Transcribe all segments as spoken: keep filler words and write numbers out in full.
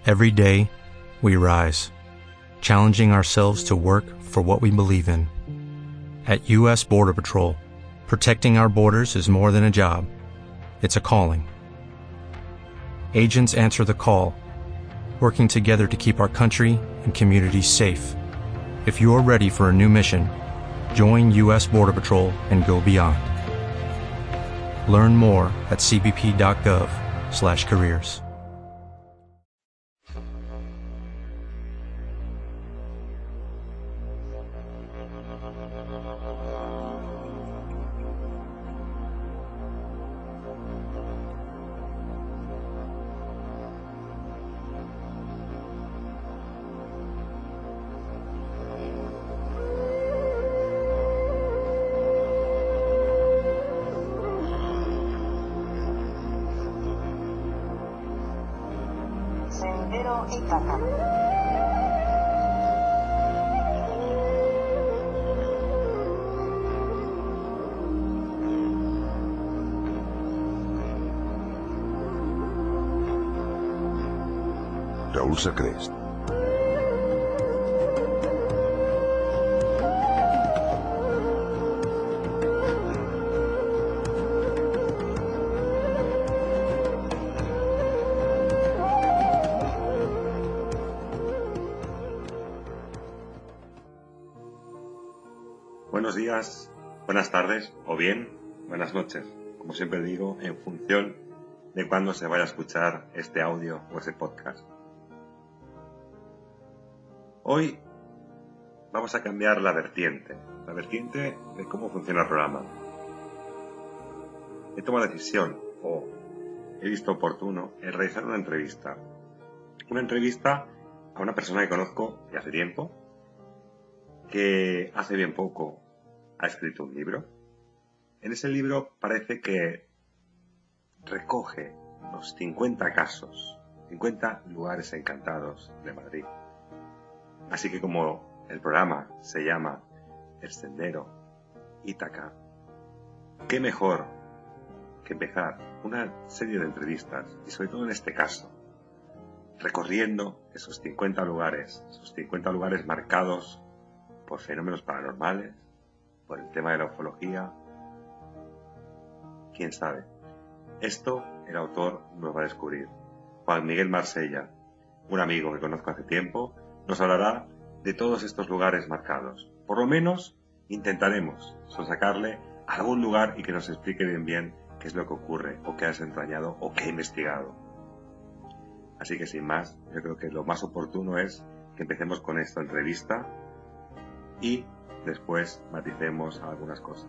Every day, we rise, challenging ourselves to work for what we believe in. At U S Border Patrol, protecting our borders is more than a job. It's a calling. Agents answer the call, working together to keep our country and communities safe. If you are ready for a new mission, join U S Border Patrol and go beyond. Learn more at c b p dot gov slash careers. Sendero Ítaca. Raúl Sacrest. Buenos días, buenas tardes o bien buenas noches, como siempre digo, en función de cuándo se vaya a escuchar este audio o ese podcast. Hoy vamos a cambiar la vertiente, la vertiente de cómo funciona el programa. He tomado la decisión, o he visto oportuno, el realizar una entrevista. Una entrevista a una persona que conozco de hace tiempo, que hace bien poco ha escrito un libro. En ese libro parece que recoge los cincuenta casos, cincuenta lugares encantados de Madrid. Así que como el programa se llama El Sendero Ítaca, qué mejor que empezar una serie de entrevistas, y sobre todo en este caso, recorriendo esos cincuenta lugares, esos cincuenta lugares marcados por fenómenos paranormales, por el tema de la ufología. ¿Quién sabe? Esto el autor nos va a descubrir. Juan Miguel Marsella, un amigo que conozco hace tiempo, nos hablará de todos estos lugares marcados. Por lo menos intentaremos sacarle a algún lugar y que nos explique bien bien qué es lo que ocurre, o qué ha desentrañado, o qué ha investigado. Así que sin más, yo creo que lo más oportuno es que empecemos con esta entrevista y después maticemos algunas cosas.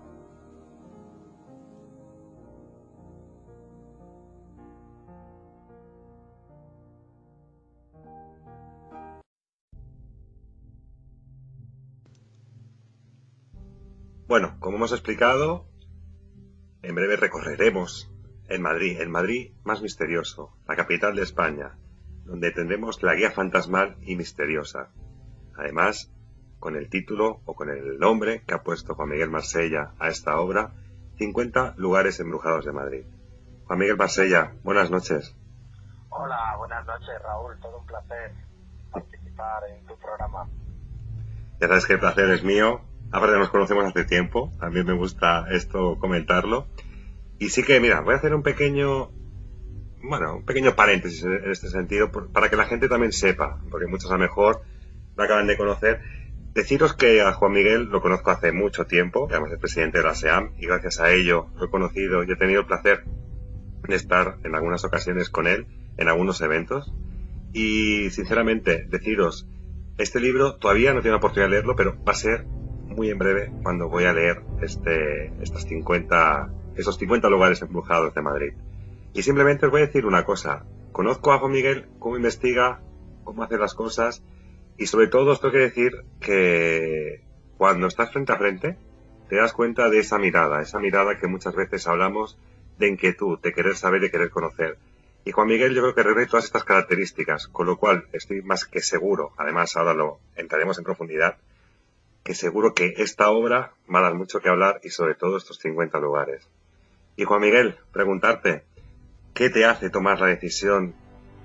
Bueno, como hemos explicado, en breve recorreremos el Madrid, el Madrid más misterioso, la capital de España, donde tendremos la guía fantasmal y misteriosa. Además, con el título o con el nombre que ha puesto Juan Miguel Marsella a esta obra, cincuenta lugares embrujados de Madrid. Juan Miguel Marsella, buenas noches. Hola, buenas noches, Raúl. Todo un placer participar en tu programa. Ya sabes que el placer es mío. Aparte nos conocemos hace tiempo, también me gusta esto comentarlo. Y sí que, mira, voy a hacer un pequeño, bueno, un pequeño paréntesis en este sentido, para que la gente también sepa, porque muchos a lo mejor me acaban de conocer. Deciros que a Juan Miguel lo conozco hace mucho tiempo, que además es presidente de la SEAM, y gracias a ello lo he conocido y he tenido el placer de estar en algunas ocasiones con él, en algunos eventos. Y sinceramente, deciros, este libro todavía no tengo la oportunidad de leerlo, pero va a ser muy en breve cuando voy a leer este, estos cincuenta, esos cincuenta lugares embrujados de Madrid. Y simplemente os voy a decir una cosa. Conozco a Juan Miguel, cómo investiga, cómo hace las cosas, y sobre todo os tengo que decir que cuando estás frente a frente te das cuenta de esa mirada, esa mirada que muchas veces hablamos de inquietud, de querer saber, de querer conocer. Y Juan Miguel yo creo que reúne todas estas características, con lo cual estoy más que seguro, además ahora lo entraremos en profundidad, que seguro que esta obra va a dar mucho que hablar, y sobre todo estos cincuenta lugares. Y Juan Miguel, preguntarte, ¿qué te hace tomar la decisión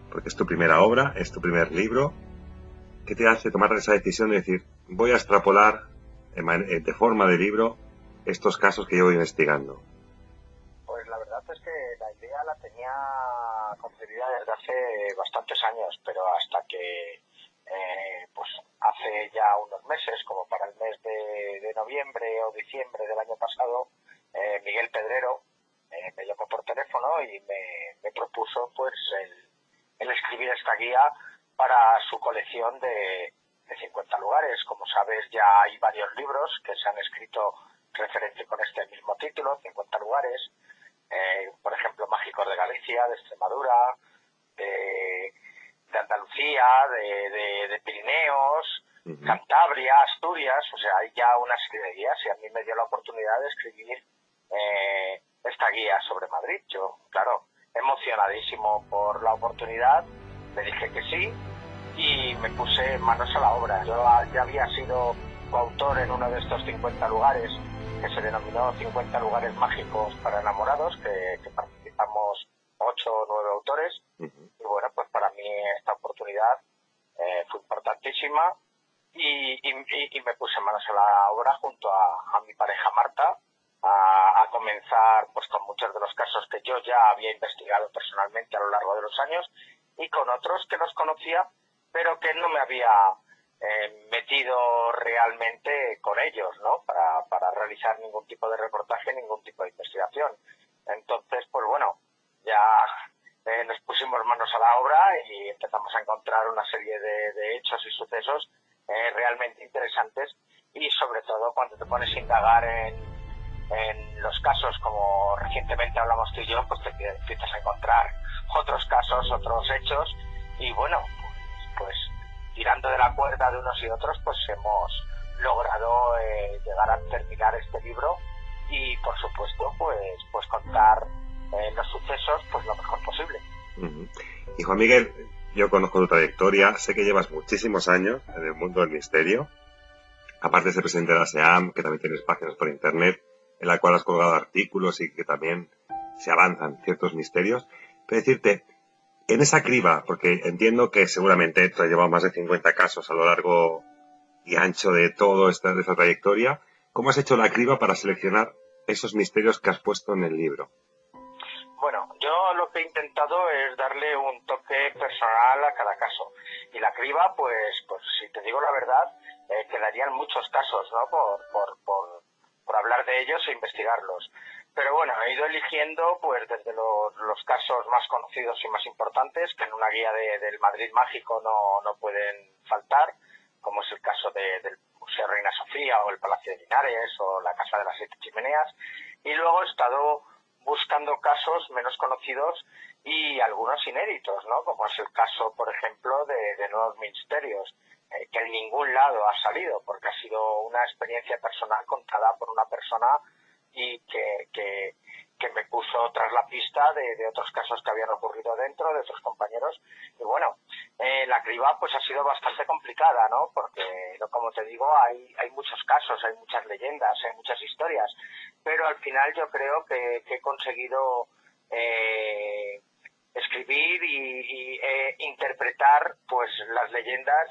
porque es tu primera obra, es tu primer libro. ¿Qué te hace tomar esa decisión de decir, voy a extrapolar de forma de libro estos casos que llevo investigando? Pues la verdad es que la idea la tenía concebida desde hace bastantes años, pero hasta que eh, pues hace ya unos meses, como para el mes de, de noviembre o diciembre del año pasado, eh, Miguel Pedrero eh, me llamó por teléfono y me, me propuso pues el, el escribir esta guía para su colección de, de cincuenta lugares. Como sabes, ya hay varios libros que se han escrito referente con este mismo título, cincuenta lugares, eh, por ejemplo, Mágicos de Galicia, de Extremadura, de, de Andalucía, de, de, de Pirineos, uh-huh. Cantabria, Asturias. O sea, hay ya una serie de guías y a mí me dio la oportunidad de escribir eh, esta guía sobre Madrid. Yo, claro, emocionadísimo por la oportunidad, le dije que sí y me puse manos a la obra. Yo ya había sido coautor en uno de estos cincuenta lugares, que se denominó cincuenta lugares mágicos para enamorados, que, que participamos ocho o nueve autores. Uh-huh. Y bueno, pues para mí esta oportunidad eh, fue importantísima y, y, y me puse manos a la obra junto a, a mi pareja Marta a, a comenzar pues con muchos de los casos que yo ya había investigado personalmente a lo largo de los años y con otros que los conocía pero que no me había eh, metido realmente con ellos, ¿no? Para, para realizar ningún tipo de reportaje, ningún tipo de investigación. Entonces, pues bueno, ya eh, nos pusimos manos a la obra y empezamos a encontrar una serie de, de hechos y sucesos eh, realmente interesantes y sobre todo cuando te pones a indagar en, en los casos como recientemente hablamos tú y yo, pues te empiezas a encontrar otros casos, otros hechos y bueno, pues tirando de la cuerda de unos y otros, pues hemos logrado eh, llegar a terminar este libro y, por supuesto, pues pues contar eh, los sucesos pues lo mejor posible. Uh-huh. Y Juan Miguel, yo conozco tu trayectoria, sé que llevas muchísimos años en el mundo del misterio, aparte de ser presidente de la SEAM, que también tienes páginas por internet, en la cual has colgado artículos y que también se avanzan ciertos misterios, pero decirte, en esa criba, porque entiendo que seguramente tú has llevado más de cincuenta casos a lo largo y ancho de toda esta, de esta trayectoria, ¿cómo has hecho la criba para seleccionar esos misterios que has puesto en el libro? Bueno, yo lo que he intentado es darle un toque personal a cada caso. Y la criba, pues, pues si te digo la verdad, eh, quedarían muchos casos, ¿no? Por, por, por, por hablar de ellos e investigarlos. Pero bueno, he ido eligiendo pues desde los, los casos más conocidos y más importantes, que en una guía de, del Madrid Mágico no, no pueden faltar, como es el caso de, del Museo Reina Sofía o el Palacio de Linares o la Casa de las Siete Chimeneas. Y luego he estado buscando casos menos conocidos y algunos inéditos, ¿no? Como es el caso, por ejemplo, de, de Nuevos Misterios, eh, que en ningún lado ha salido, porque ha sido una experiencia personal contada por una persona y que, que, que me puso tras la pista de, de otros casos que habían ocurrido dentro, de otros compañeros. Y bueno, eh, la criba pues ha sido bastante complicada, ¿no? Porque, como te digo, hay, hay muchos casos, hay muchas leyendas, hay muchas historias, pero al final yo creo que, que he conseguido eh, escribir y, y eh, interpretar pues las leyendas,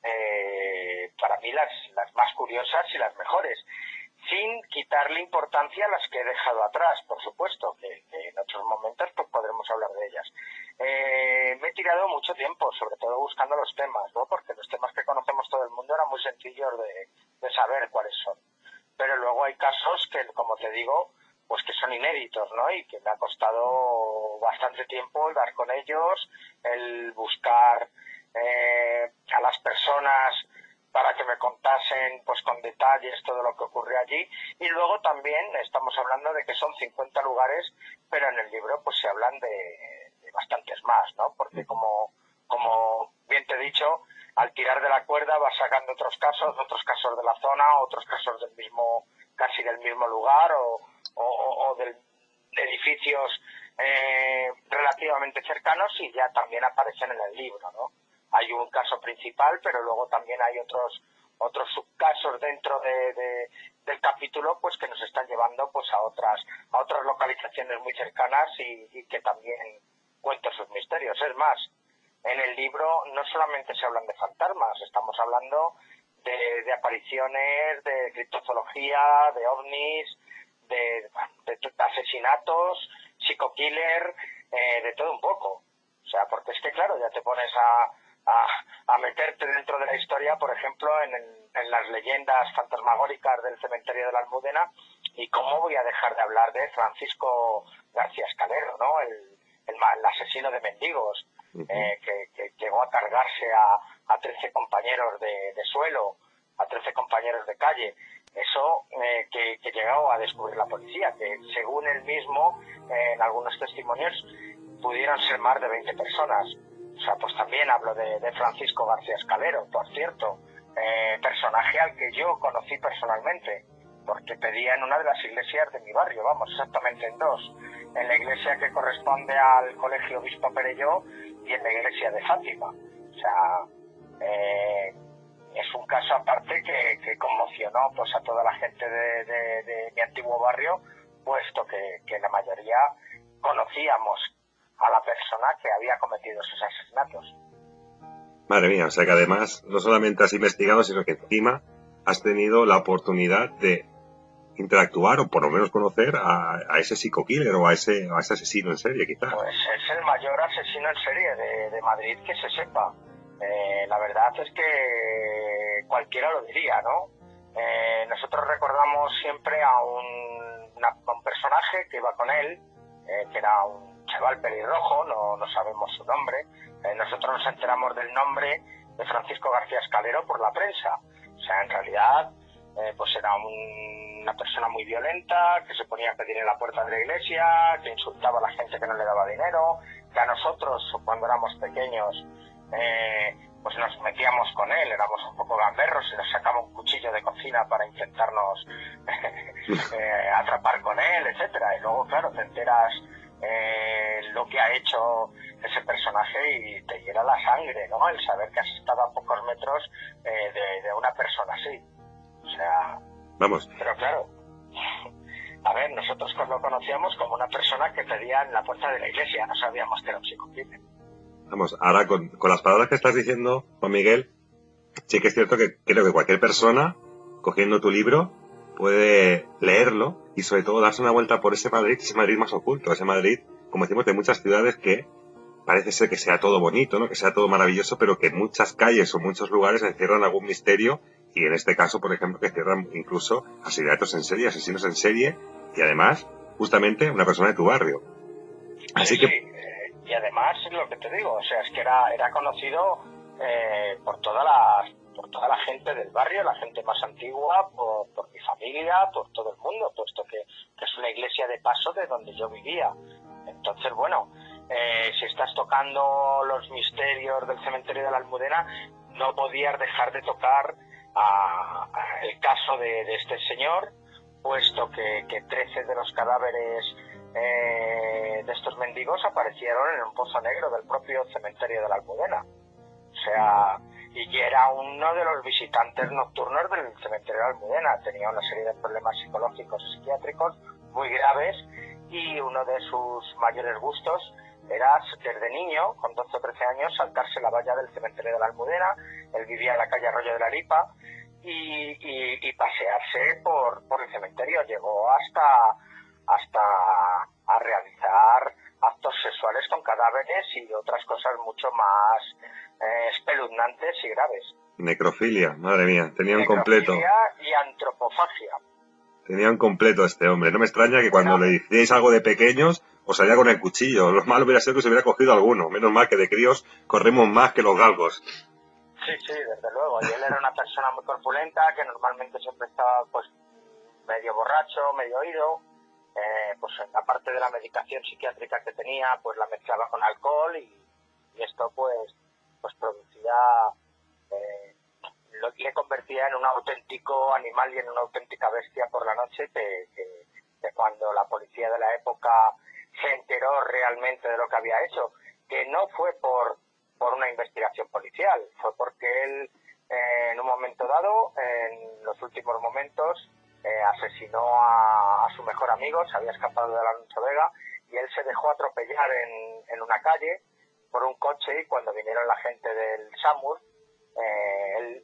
eh, para mí las, las más curiosas y las mejores, sin quitarle importancia a las que he dejado atrás, por supuesto, que, que en otros momentos pues podremos hablar de ellas. Eh, me he tirado mucho tiempo, sobre todo buscando los temas, ¿no? Porque los temas que conocemos todo el mundo eran muy sencillos de, de saber cuáles son. Pero luego hay casos que, como te digo, pues que son inéditos, ¿no? Y que me ha costado bastante tiempo el dar con ellos, el buscar eh, a las personas para que me contasen pues con detalles todo lo que ocurrió allí. Y luego también estamos hablando de que son cincuenta lugares, pero en el libro pues se hablan de, de bastantes más, ¿no? Porque como, como bien te he dicho, al tirar de la cuerda vas sacando otros casos, otros casos de la zona, otros casos del mismo, casi del mismo lugar o, o, o de edificios eh, relativamente cercanos y ya también aparecen en el libro, ¿no? Hay un caso principal, pero luego también hay otros otros subcasos dentro de, de, del capítulo, pues que nos están llevando pues a otras a otras localizaciones muy cercanas y, y que también cuentan sus misterios. Es más, libro no solamente se hablan de fantasmas, estamos hablando de, de apariciones, de criptozoología, de ovnis, de, de, de asesinatos, psico-killer, eh, de todo un poco. O sea, porque es que claro, ya te pones a, a, a meterte dentro de la historia, por ejemplo, en, el, en las leyendas fantasmagóricas del cementerio de la Almudena, y cómo voy a dejar de hablar de Francisco García Escalero, ¿no? El, el, el asesino de mendigos, uh-huh. eh, que, que llegó a cargarse a, a trece compañeros de, de suelo, a trece compañeros de calle. Eso eh, que, que llegó a descubrir la policía, que según él mismo, eh, en algunos testimonios, pudieron ser más de veinte personas. O sea, pues también hablo de, de Francisco García Escalero, por cierto, eh, personaje al que yo conocí personalmente, porque pedía en una de las iglesias de mi barrio, vamos, exactamente en dos, en la iglesia que corresponde al Colegio Obispo Perelló y en la iglesia de Fátima. O sea, eh, es un caso aparte que, que conmocionó pues a toda la gente de, de, de mi antiguo barrio, puesto que, que la mayoría conocíamos a la persona que había cometido esos asesinatos. Madre mía, o sea que además no solamente has investigado, sino que encima has tenido la oportunidad de interactuar o por lo menos conocer a, a ese psico-killer o a ese, a ese asesino en serie, quizás. Pues es el mayor asesino en serie de, de Madrid que se sepa. Eh, la verdad es que cualquiera lo diría, ¿no? Eh, nosotros recordamos siempre a un, una, un personaje que iba con él, eh, que era un chaval pelirrojo, no, no sabemos su nombre. Eh, nosotros nos enteramos del nombre de Francisco García Escalero por la prensa. O sea, en realidad, eh, pues era un, una persona muy violenta, que se ponía a pedir en la puerta de la iglesia, que insultaba a la gente que no le daba dinero, que a nosotros, cuando éramos pequeños, eh, pues nos metíamos con él, éramos un poco gamberros y nos sacaba un cuchillo de cocina para intentarnos eh, atrapar con él, etcétera. Y luego, claro, te enteras eh, lo que ha hecho ese personaje y te hiela la sangre, ¿no? El saber que has estado a pocos metros eh, de, de una persona así. O sea... Vamos. Pero claro, a ver, nosotros lo conocíamos como una persona que pedía en la puerta de la iglesia, no sabíamos que era un psico-killer. Vamos, ahora con, con las palabras que estás diciendo, Juan Miguel, sí que es cierto que creo que cualquier persona, cogiendo tu libro, puede leerlo y sobre todo darse una vuelta por ese Madrid, ese Madrid más oculto, ese Madrid, como decimos, de muchas ciudades que parece ser que sea todo bonito, ¿no? Que sea todo maravilloso, pero que en muchas calles o muchos lugares encierran algún misterio y en este caso, por ejemplo, que encierran incluso asesinatos en serie, asesinos en serie y además, justamente, una persona de tu barrio. Así sí, que... Sí. Eh, y además, es lo que te digo, o sea, es que era, era conocido eh, por toda la por toda la gente del barrio, la gente más antigua, por, por mi familia, por todo el mundo, puesto que, que es una iglesia de paso de donde yo vivía. Entonces, bueno, eh, si estás tocando los misterios del cementerio de la Almudena, no podías dejar de tocar a, a el caso de, de este señor, puesto que, que trece de los cadáveres eh, de estos mendigos aparecieron en un pozo negro del propio cementerio de la Almudena. O sea, y era uno de los visitantes nocturnos del cementerio de la Almudena. Tenía una serie de problemas psicológicos y psiquiátricos muy graves y uno de sus mayores gustos era, desde niño, con doce o trece años, saltarse la valla del cementerio de la Almudena. Él vivía en la calle Arroyo de la Lipa y, y, y pasearse por, por el cementerio. Llegó hasta, hasta a realizar actos sexuales con cadáveres y otras cosas mucho más eh, espeluznantes y graves. Necrofilia, madre mía, tenía un Necrofilia completo. Y antropofagia. Tenía un completo este hombre. No me extraña que cuando le decíais algo de pequeños os salía con el cuchillo. Lo malo hubiera sido que se hubiera cogido alguno. Menos mal que de críos corremos más que los galgos. Sí, sí, desde luego. Y él era una persona muy corpulenta que normalmente siempre estaba pues medio borracho, medio oído. Eh, pues aparte de la medicación psiquiátrica que tenía, pues la mezclaba con alcohol y, y esto pues pues producía eh, lo que le convertía en un auténtico animal y en una auténtica bestia por la noche que, que, que cuando la policía de la época se enteró realmente de lo que había hecho, que no fue por por una investigación policial, fue porque él eh, en un momento dado, en los últimos momentos, eh, asesinó a, a su mejor amigo, se había escapado de la Alonso Vega y él se dejó atropellar en, en una calle por un coche y cuando vinieron la gente del SAMUR, eh, él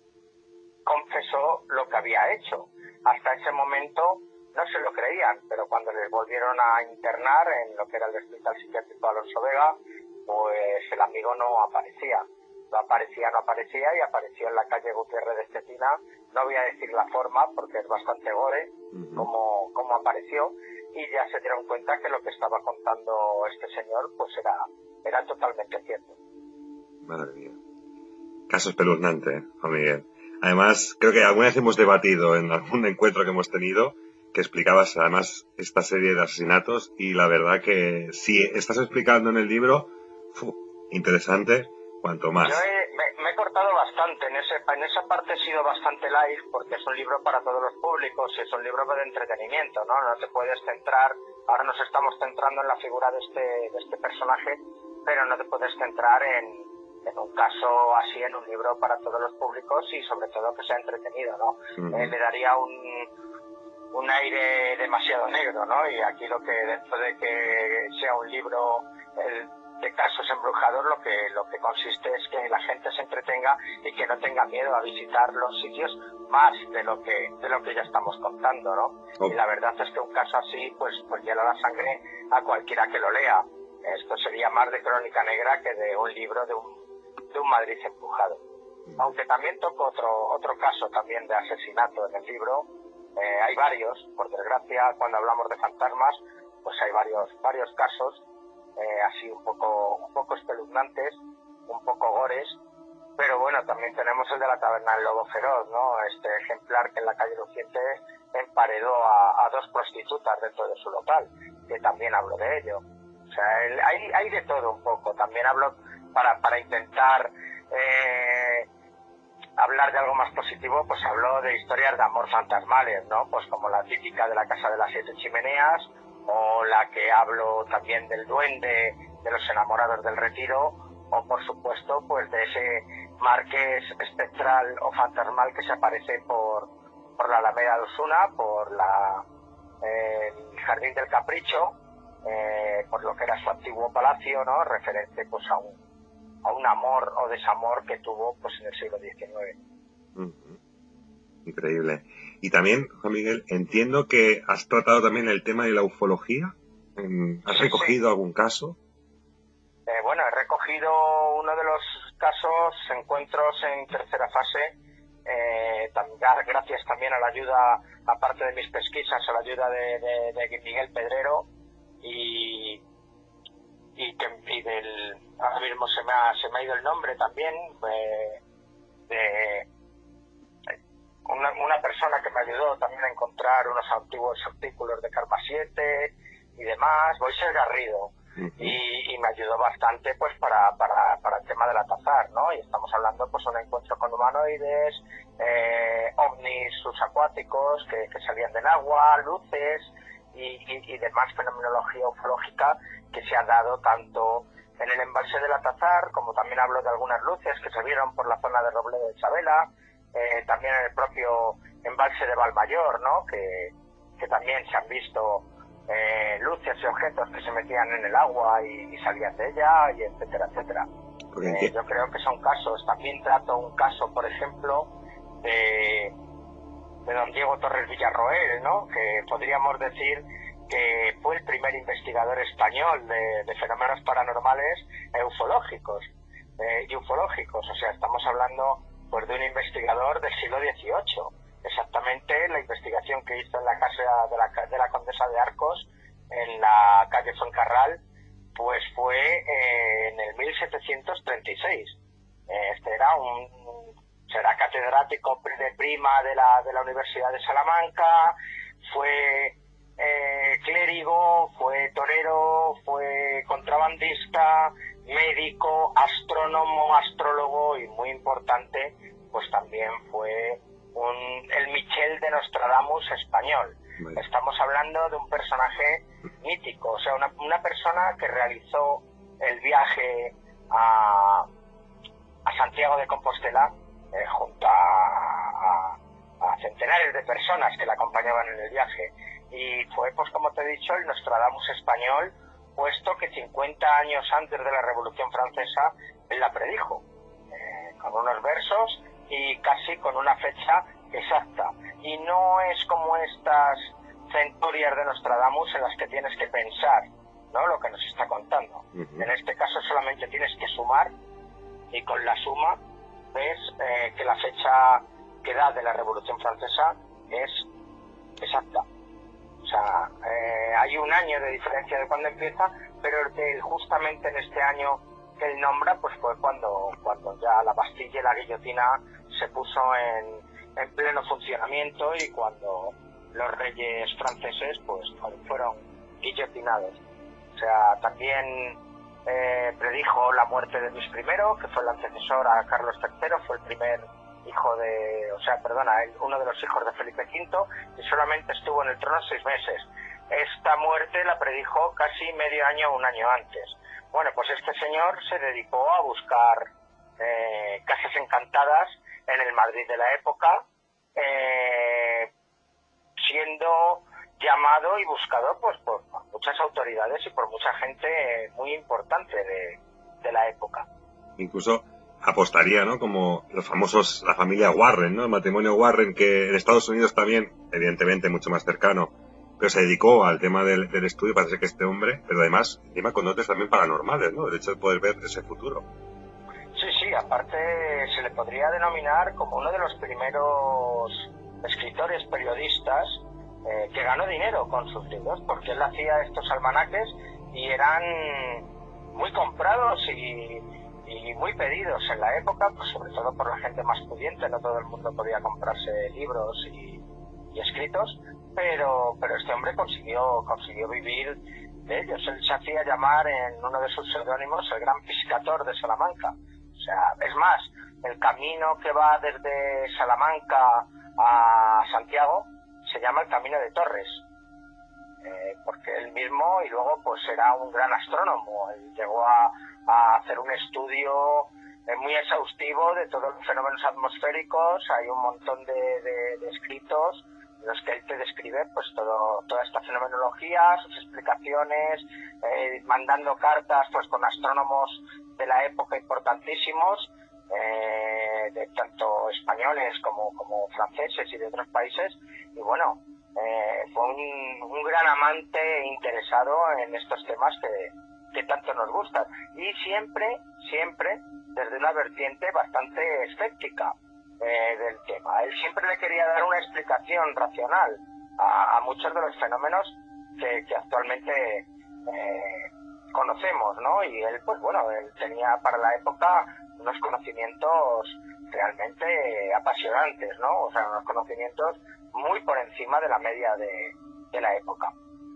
confesó lo que había hecho. Hasta ese momento no se lo creían, pero cuando les volvieron a internar en lo que era el Hospital Psiquiátrico Alonso Vega, pues el amigo no aparecía. No aparecía, no aparecía y apareció en la calle Gutiérrez de Cetina. No voy a decir la forma porque es bastante gore uh-huh. como, como apareció, y ya se dieron cuenta que lo que estaba contando este señor pues era, era totalmente cierto. Madre mía. Caso espeluznante, Juan Miguel. Además, creo que alguna vez hemos debatido en algún encuentro que hemos tenido que explicabas además esta serie de asesinatos, y la verdad que si estás explicando en el libro, fu, interesante cuanto más. Yo he, me, me he cortado bastante, en, ese, en esa parte he sido bastante light porque es un libro para todos los públicos y es un libro de entretenimiento, ¿no? No te puedes centrar, ahora nos estamos centrando en la figura de este, de este personaje, pero no te puedes centrar en, en un caso así, en un libro para todos los públicos y sobre todo que sea entretenido, ¿no? Uh-huh. Eh, le daría un... un aire demasiado negro, ¿no? Y aquí lo que, dentro de que sea un libro el, de casos embrujados, lo que lo que consiste es que la gente se entretenga y que no tenga miedo a visitar los sitios más de lo que de lo que ya estamos contando, ¿no? Oh. Y la verdad es que un caso así, pues pues hiela la sangre a cualquiera que lo lea. Esto sería más de crónica negra que de un libro de un de un Madrid embrujado. Aunque también toco otro otro caso también de asesinato en el libro. Eh, hay varios, por desgracia, cuando hablamos de fantasmas, pues hay varios varios casos eh, así un poco un poco espeluznantes, un poco gores, pero bueno, también tenemos el de la taberna del Lobo Feroz, ¿no? Este ejemplar que en la calle Luciente emparedó a, a dos prostitutas dentro de su local, que también hablo de ello. O sea, el, hay, hay de todo un poco. También hablo para, para intentar... Eh, hablar de algo más positivo, pues hablo de historias de amor fantasmales, ¿no? Pues como la típica de la Casa de las Siete Chimeneas, o la que hablo también del duende de los enamorados del Retiro, o por supuesto, pues de ese marqués espectral o fantasmal que se aparece por, por la Alameda de Osuna, por la, eh, el Jardín del Capricho, eh, por lo que era su antiguo palacio, ¿no? Referente pues a un a un amor o desamor que tuvo pues en el siglo diecinueve. Uh-huh. Increíble. Y también, Juan Miguel, entiendo que has tratado también el tema de la ufología. ¿Has sí, recogido sí. algún caso? Eh, bueno, he recogido uno de los casos, encuentros en tercera fase, eh, también, gracias también a la ayuda, aparte de mis pesquisas, a la ayuda de, de, de Miguel Pedrero y... y, que, y del ahora mismo se me ha se me ha ido el nombre también eh, de una, una persona que me ayudó también a encontrar unos antiguos artículos de Karma siete y demás, Moisés Garrido, uh-huh. y, y me ayudó bastante pues para, para, para el tema del Atazar, ¿no? Y estamos hablando pues un encuentro con humanoides, eh, ovnis subacuáticos que, que salían del agua, luces y, y, y demás fenomenología ufológica que se ha dado tanto en el embalse del Atazar, como también hablo de algunas luces que se vieron por la zona de Robledo de Chabela, eh, también en el propio embalse de Valmayor, ¿no? Que, que también se han visto eh, luces y objetos que se metían en el agua y, y salían de ella, y etcétera, etcétera. Eh, yo creo que son casos. También trato un caso, por ejemplo, de, de don Diego Torres Villarroel, ¿no? Que podríamos decir que fue el primer investigador español de, de fenómenos paranormales e ufológicos, eh, y ufológicos, o sea, estamos hablando pues de un investigador del siglo dieciocho, exactamente la investigación que hizo en la casa de la, de la Condesa de Arcos, en la calle Fuencarral, pues fue eh, en el mil setecientos treinta y seis. Eh, este era un, será catedrático de prima de la, de la Universidad de Salamanca, fue Eh, clérigo, fue torero, fue contrabandista, médico, astrónomo, astrólogo y muy importante, pues también fue un, el Michel de Nostradamus español. Bueno. Estamos hablando de un personaje mítico, o sea, una, una persona que realizó el viaje a, a Santiago de Compostela eh, junto a, a, a centenares de personas que la acompañaban en el viaje. Y fue, pues como te he dicho, el Nostradamus español, puesto que cincuenta años antes de la Revolución Francesa él la predijo, eh, con unos versos y casi con una fecha exacta. Y no es como estas centurias de Nostradamus en las que tienes que pensar, ¿no?, lo que nos está contando. Uh-huh. En este caso solamente tienes que sumar, y con la suma ves eh, que la fecha que da de la Revolución Francesa es exacta. O sea, eh, hay un año de diferencia de cuando empieza, pero de, justamente en este año que él nombra, pues fue cuando, cuando ya la Bastilla y la guillotina se puso en, en pleno funcionamiento, y cuando los reyes franceses pues fueron guillotinados. O sea, también eh, predijo la muerte de Luis primero, que fue el antecesor a Carlos tercero, fue el primer hijo de, o sea, perdona, uno de los hijos de Felipe quinto, y solamente estuvo en el trono seis meses. Esta muerte la predijo casi medio año o un año antes. Bueno, pues este señor se dedicó a buscar eh, casas encantadas en el Madrid de la época, eh, siendo llamado y buscado pues por muchas autoridades y por mucha gente muy importante de, de la época. Incluso apostaría, ¿no?, como los famosos, la familia Warren, ¿no?, el matrimonio Warren, que en Estados Unidos también, evidentemente mucho más cercano, pero se dedicó al tema del, del estudio. Parece que este hombre, pero además encima con dotes también paranormales, ¿no?, el hecho de poder ver ese futuro. Sí, sí, aparte se le podría denominar como uno de los primeros escritores, periodistas, eh, que ganó dinero con sus libros, porque él hacía estos almanaques y eran muy comprados y, y muy pedidos en la época, pues sobre todo por la gente más pudiente. No todo el mundo podía comprarse libros y, y escritos, pero pero este hombre consiguió consiguió vivir de ellos. Él se hacía llamar en uno de sus seudónimos el Gran Piscator de Salamanca. O sea, es más, el camino que va desde Salamanca a Santiago se llama el Camino de Torres, eh, porque él mismo, y luego pues era un gran astrónomo. Él llegó a, a hacer un estudio eh, muy exhaustivo de todos los fenómenos atmosféricos. Hay un montón de, de, de escritos en los que él te describe pues todo, toda esta fenomenología, sus explicaciones, eh, mandando cartas pues con astrónomos de la época importantísimos, eh, de tanto españoles como, como franceses y de otros países. Y bueno, eh, fue un, un gran amante interesado en estos temas que, que tanto nos gustan, y siempre, siempre desde una vertiente bastante escéptica eh, del tema. Él siempre le quería dar una explicación racional a, a muchos de los fenómenos que, que actualmente eh, conocemos, ¿no? Y él, pues bueno, él tenía para la época unos conocimientos realmente apasionantes, ¿no? O sea, unos conocimientos muy por encima de la media de, de la época.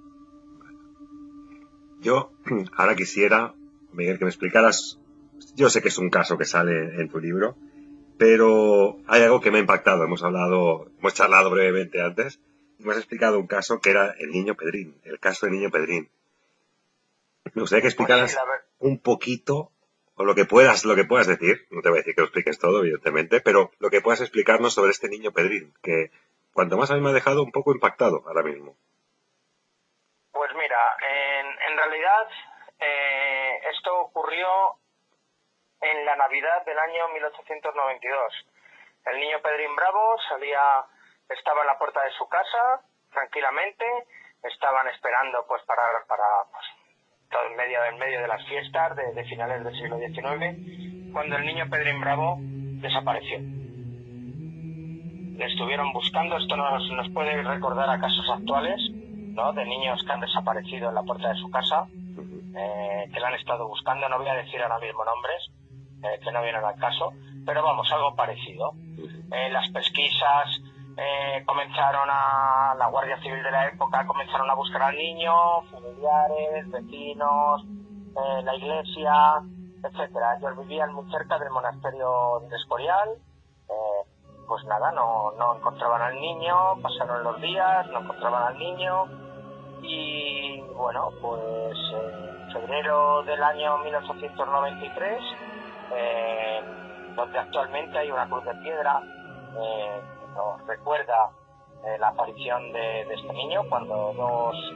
Yo ahora quisiera, Miguel, que me explicaras. Yo sé que es un caso que sale en tu libro, pero hay algo que me ha impactado. Hemos hablado, hemos charlado brevemente antes, y me has explicado un caso que era el niño Pedrín, el caso del niño Pedrín. Me gustaría que explicaras pues sí, ver... un poquito, o lo que puedas, lo que puedas decir. No te voy a decir que lo expliques todo, evidentemente, pero lo que puedas explicarnos sobre este niño Pedrín, que cuanto más a mí me ha dejado un poco impactado ahora mismo. Pues mira, en, en realidad eh, esto ocurrió en la Navidad del año mil ochocientos noventa y dos. El niño Pedrín Bravo salía, estaba en la puerta de su casa, tranquilamente, estaban esperando pues para, para pues, todo en medio, en medio de las fiestas de, de finales del siglo diecinueve, cuando el niño Pedrín Bravo desapareció. Le estuvieron buscando. Esto nos, nos puede recordar a casos actuales, ¿no?, de niños que han desaparecido en la puerta de su casa, eh, que la han estado buscando. No voy a decir ahora mismo nombres, eh, que no vienen al caso, pero vamos, algo parecido. Eh, las pesquisas eh, comenzaron a... La Guardia Civil de la época comenzaron a buscar al niño, familiares, vecinos, eh, la iglesia, etcétera. Ellos vivían muy cerca del monasterio del Escorial. Eh, pues nada, no, no encontraban al niño, pasaron los días, no encontraban al niño, y bueno, pues en febrero del año mil ochocientos noventa y tres, eh, donde actualmente hay una cruz de piedra, eh, que nos recuerda eh, la aparición de, de este niño, cuando dos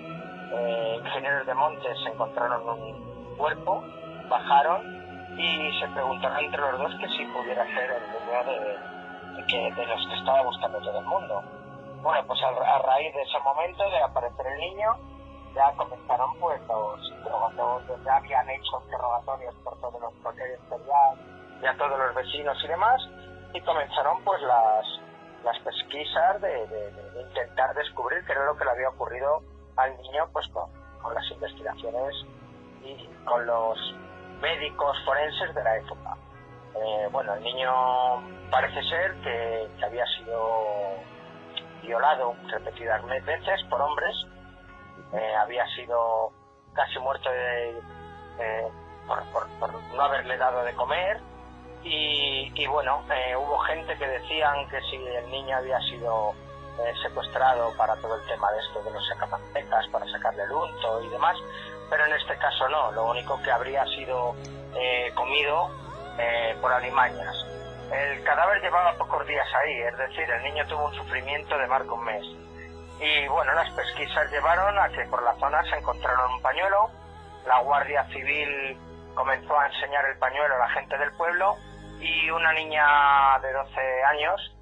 eh, ingenieros de montes encontraron un cuerpo, bajaron y se preguntaron entre los dos que si pudiera ser el niño de, de, que, de los que estaba buscando todo el mundo. Bueno, pues a, a raíz de ese momento de aparecer el niño, ya comenzaron pues los interrogatorios, ya habían hecho interrogatorios por todos los propietarios y a todos los vecinos y demás, y comenzaron pues las, las pesquisas de, de, de intentar descubrir qué era lo que le había ocurrido al niño, pues con, con las investigaciones y con los médicos forenses de la época. Eh, bueno, el niño parece ser que, que había sido violado repetidas veces por hombres, eh, había sido casi muerto de, eh, por, por, por no haberle dado de comer y, y bueno, eh, hubo gente que decían que si el niño había sido eh, secuestrado para todo el tema de esto de los sacamantecas, para sacarle el unto y demás, pero en este caso no, lo único que habría sido eh, comido eh, por alimañas. El cadáver llevaba pocos días ahí, es decir, el niño tuvo un sufrimiento de más de un mes. Y bueno, las pesquisas llevaron a que por la zona se encontraron un pañuelo, la Guardia Civil comenzó a enseñar el pañuelo a la gente del pueblo y una niña de doce años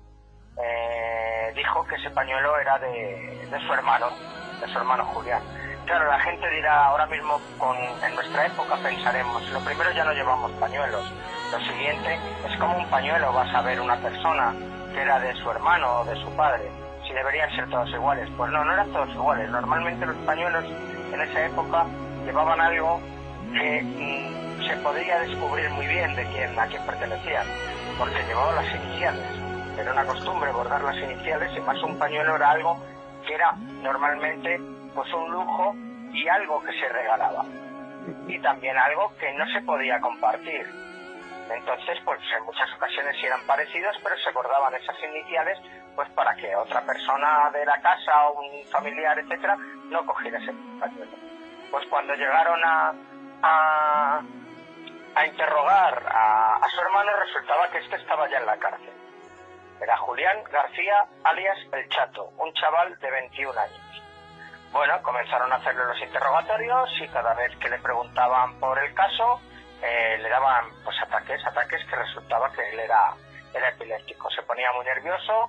eh, dijo que ese pañuelo era de, de su hermano, de su hermano Julián. Claro, la gente dirá, ahora mismo con, en nuestra época pensaremos, lo primero ya no llevamos pañuelos, lo siguiente es como un pañuelo vas a ver una persona que era de su hermano o de su padre, si deberían ser todos iguales. Pues no, no eran todos iguales. Normalmente los pañuelos en esa época llevaban algo que mmm, se podía descubrir muy bien de quién, a quién pertenecían, porque llevaban las iniciales. Era una costumbre bordar las iniciales y más un pañuelo era algo que era normalmente pues un lujo y algo que se regalaba. Y también algo que no se podía compartir. Entonces, pues en muchas ocasiones sí eran parecidos, pero se bordaban esas iniciales pues para que otra persona de la casa o un familiar, etcétera, no cogiera ese pañuelo. Pues cuando llegaron a, a, a interrogar a, a su hermano, resultaba que este estaba ya en la cárcel. Era Julián García, alias El Chato, un chaval de veintiún años. Bueno, comenzaron a hacerle los interrogatorios y cada vez que le preguntaban por el caso, eh, le daban pues ataques, ataques que resultaba que él era, era epiléptico. Se ponía muy nervioso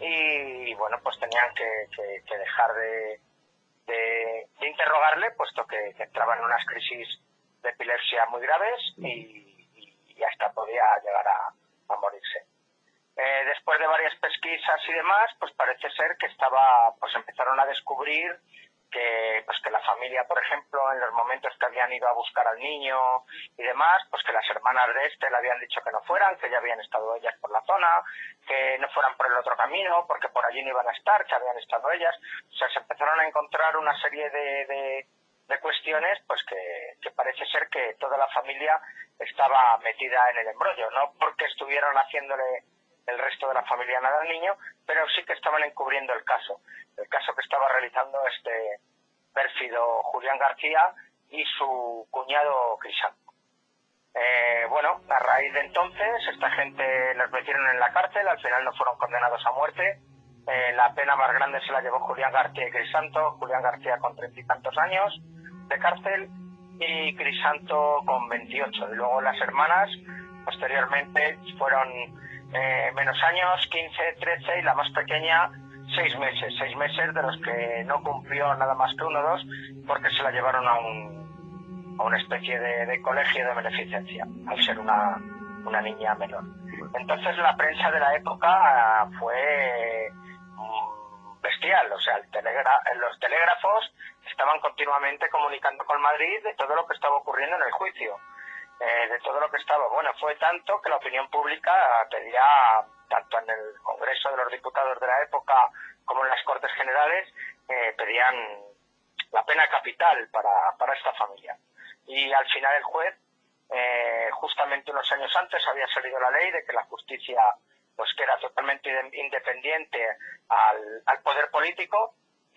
y, bueno, pues tenían que, que, que dejar de, de, de interrogarle, puesto que, que entraba en unas crisis de epilepsia muy graves y, y, y hasta podía llegar a, a morirse. Eh, después de varias pesquisas y demás, pues parece ser que estaba, pues empezaron a descubrir que pues que la familia, por ejemplo, en los momentos que habían ido a buscar al niño y demás, pues que las hermanas de este le habían dicho que no fueran, que ya habían estado ellas por la zona, que no fueran por el otro camino, porque por allí no iban a estar, que habían estado ellas. O sea, se empezaron a encontrar una serie de, de, de cuestiones, pues que, que parece ser que toda la familia estaba metida en el embrollo, no porque estuvieron haciéndole el resto de la familia nada al niño, pero sí que estaban encubriendo el caso, el caso que estaba realizando este pérfido Julián García y su cuñado Crisanto. Eh, bueno, a raíz de entonces, esta gente los metieron en la cárcel, al final no fueron condenados a muerte. Eh, la pena más grande se la llevó Julián García y Crisanto, Julián García con treinta y tantos años de cárcel y Crisanto con veintiocho. Y luego las hermanas, posteriormente, fueron Eh, menos años, quince, trece y la más pequeña seis meses, seis meses de los que no cumplió nada más que uno o dos porque se la llevaron a, un, a una especie de, de colegio de beneficencia al ser una, una niña menor. Entonces la prensa de la época fue um, bestial, o sea, el telegra los telégrafos estaban continuamente comunicando con Madrid de todo lo que estaba ocurriendo en el juicio. Eh, de todo lo que estaba. Bueno, fue tanto que la opinión pública pedía, tanto en el Congreso de los Diputados de la época como en las Cortes Generales, eh, pedían la pena capital para, para esta familia. Y al final el juez, eh, justamente unos años antes, había salido la ley de que la justicia pues que era totalmente independiente al, al poder político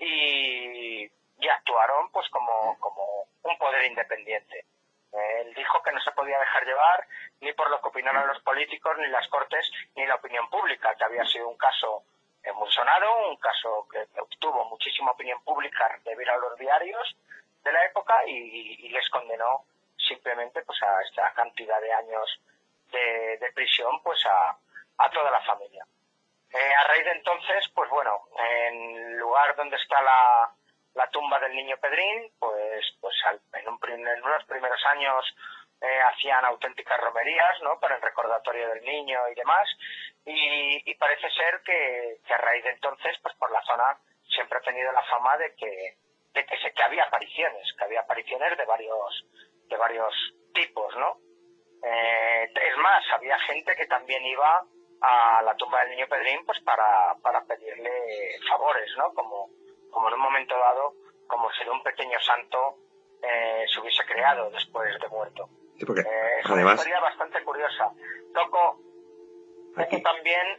y, y actuaron pues como, como un poder independiente. Él dijo que no se podía dejar llevar ni por lo que opinaran los políticos, ni las Cortes, ni la opinión pública, que había sido un caso muy sonado, un caso que obtuvo muchísima opinión pública debido a los diarios de la época y, y les condenó simplemente pues a esta cantidad de años de, de prisión pues a, a toda la familia. Eh, a raíz de entonces, pues bueno, en el lugar donde está la, la tumba del niño Pedrín, pues, pues al, en, un, en unos primeros años eh, hacían auténticas romerías, ¿no?, para el recordatorio del niño y demás, y, y parece ser que, que a raíz de entonces, pues por la zona siempre ha tenido la fama de que, de que, se, que había apariciones, que había apariciones de varios, de varios tipos, ¿no? Eh, es más, había gente que también iba a la tumba del niño Pedrín pues para, para pedirle favores, ¿no? Como, como en un momento dado, como si de un pequeño santo eh, se hubiese creado después de muerto. Sí, porque eh, es además, una historia bastante curiosa. Toco, toco también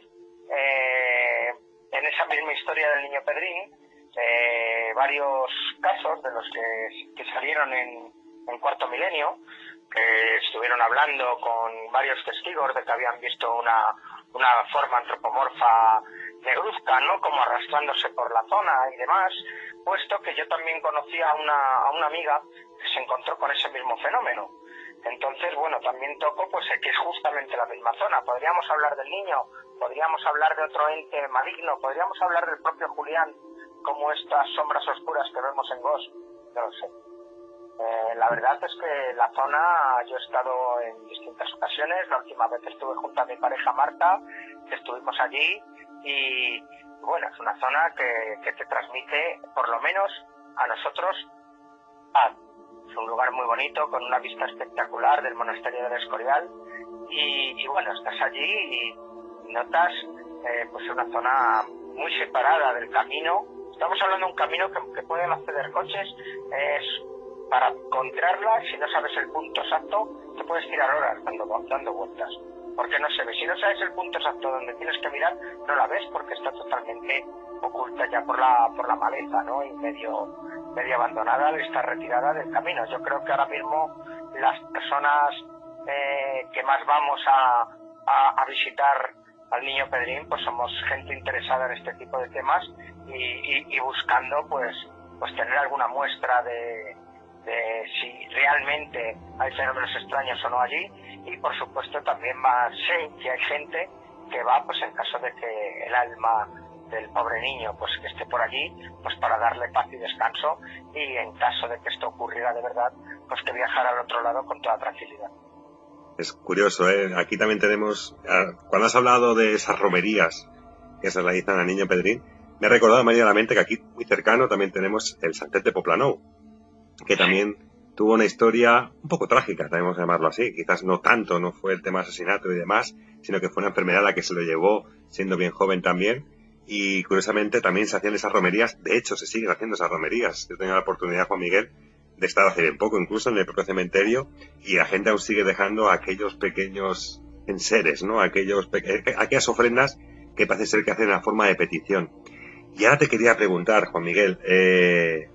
eh, en esa misma historia del niño Pedrín eh, varios casos de los que, que salieron en, en Cuarto Milenio, que estuvieron hablando con varios testigos de que habían visto una, una forma antropomorfa negruzca, ¿no?, como arrastrándose por la zona y demás, puesto que yo también conocía a una, a una amiga que se encontró con ese mismo fenómeno. Entonces, bueno, también toco pues que es justamente la misma zona. Podríamos hablar del niño, podríamos hablar de otro ente maligno, podríamos hablar del propio Julián, como estas sombras oscuras que vemos en Ghost, no lo sé. Eh, la verdad es que la zona, yo he estado en distintas ocasiones. La última vez estuve junto a mi pareja Marta, que estuvimos allí, y bueno, es una zona que, que te transmite, por lo menos a nosotros, paz. Es un lugar muy bonito, con una vista espectacular del monasterio del Escorial, y, y bueno, estás allí y notas eh, pues una zona muy separada del camino. Estamos hablando de un camino que, que pueden acceder coches, es para encontrarla, si no sabes el punto exacto, te puedes tirar horas dando, dando vueltas, porque no se ve. Si no sabes el punto exacto donde tienes que mirar, no la ves porque está totalmente oculta ya por la por la maleza, ¿no?, y medio, medio abandonada, está retirada del camino. Yo creo que ahora mismo las personas eh, que más vamos a, a, a visitar al niño Pedrín, pues somos gente interesada en este tipo de temas y, y, y buscando pues, pues tener alguna muestra de de si realmente hay fenómenos extraños o no allí, y por supuesto también más sé que hay gente que va pues en caso de que el alma del pobre niño pues que esté por allí, pues para darle paz y descanso, y en caso de que esto ocurriera de verdad, pues que viajara al otro lado con toda tranquilidad. Es curioso, ¿eh? Aquí también tenemos, cuando has hablado de esas romerías que se realizan al niño Pedrín, me ha recordado inmediatamente que aquí muy cercano también tenemos el Santet de Poplanou, que también tuvo una historia un poco trágica, debemos llamarlo así. Quizás no tanto, no fue el tema asesinato y demás, sino que fue una enfermedad la que se lo llevó siendo bien joven también. Y curiosamente también se hacían esas romerías. De hecho, se siguen haciendo esas romerías. Yo tenía la oportunidad, Juan Miguel, de estar hace bien poco, incluso en el propio cementerio, y la gente aún sigue dejando aquellos pequeños enseres, ¿no? Aquellos peque- aquellas ofrendas que parece ser que hacen en forma de petición. Y ahora te quería preguntar, Juan Miguel, eh...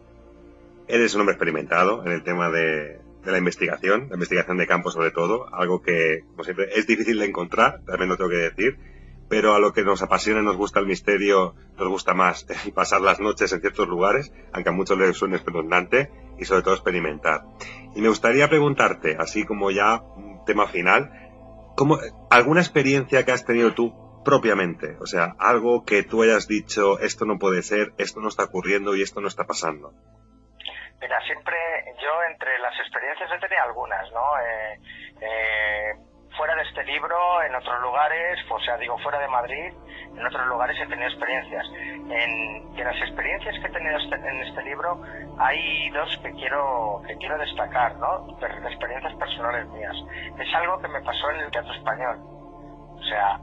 eres un hombre experimentado en el tema de, de la investigación, la investigación de campo sobre todo, algo que, como siempre, es difícil de encontrar, también lo tengo que decir, pero a lo que nos apasiona y nos gusta el misterio, nos gusta más pasar las noches en ciertos lugares, aunque a muchos les suene espeluznante, y sobre todo experimentar. Y me gustaría preguntarte, así como ya un tema final, ¿cómo, alguna experiencia que has tenido tú propiamente? O sea, algo que tú hayas dicho, esto no puede ser, esto no está ocurriendo y esto no está pasando. Mira, siempre yo entre las experiencias he tenido algunas, ¿no? Eh, eh, fuera de este libro, en otros lugares, o sea, digo, fuera de Madrid, en otros lugares he tenido experiencias. En, de las experiencias que he tenido este, en este libro, hay dos que quiero que quiero destacar, ¿no? De experiencias personales mías. Es algo que me pasó en el Teatro Español. O sea,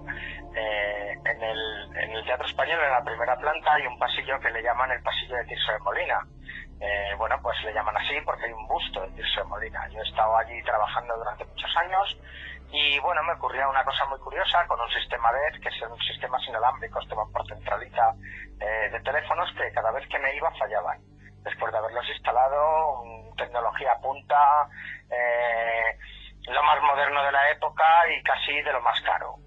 eh, en, el, en el Teatro Español, en la primera planta, hay un pasillo que le llaman el pasillo de Tirso de Molina. Eh, bueno, pues le llaman así porque hay un busto de Tirso de Molina. Yo he estado allí trabajando durante muchos años y bueno, me ocurría una cosa muy curiosa con un sistema D E T, que es un sistema inalámbrico, este va por centralita eh, de teléfonos, que cada vez que me iba fallaban. Después de haberlos instalado, um, tecnología punta, eh, lo más moderno de la época y casi de lo más caro.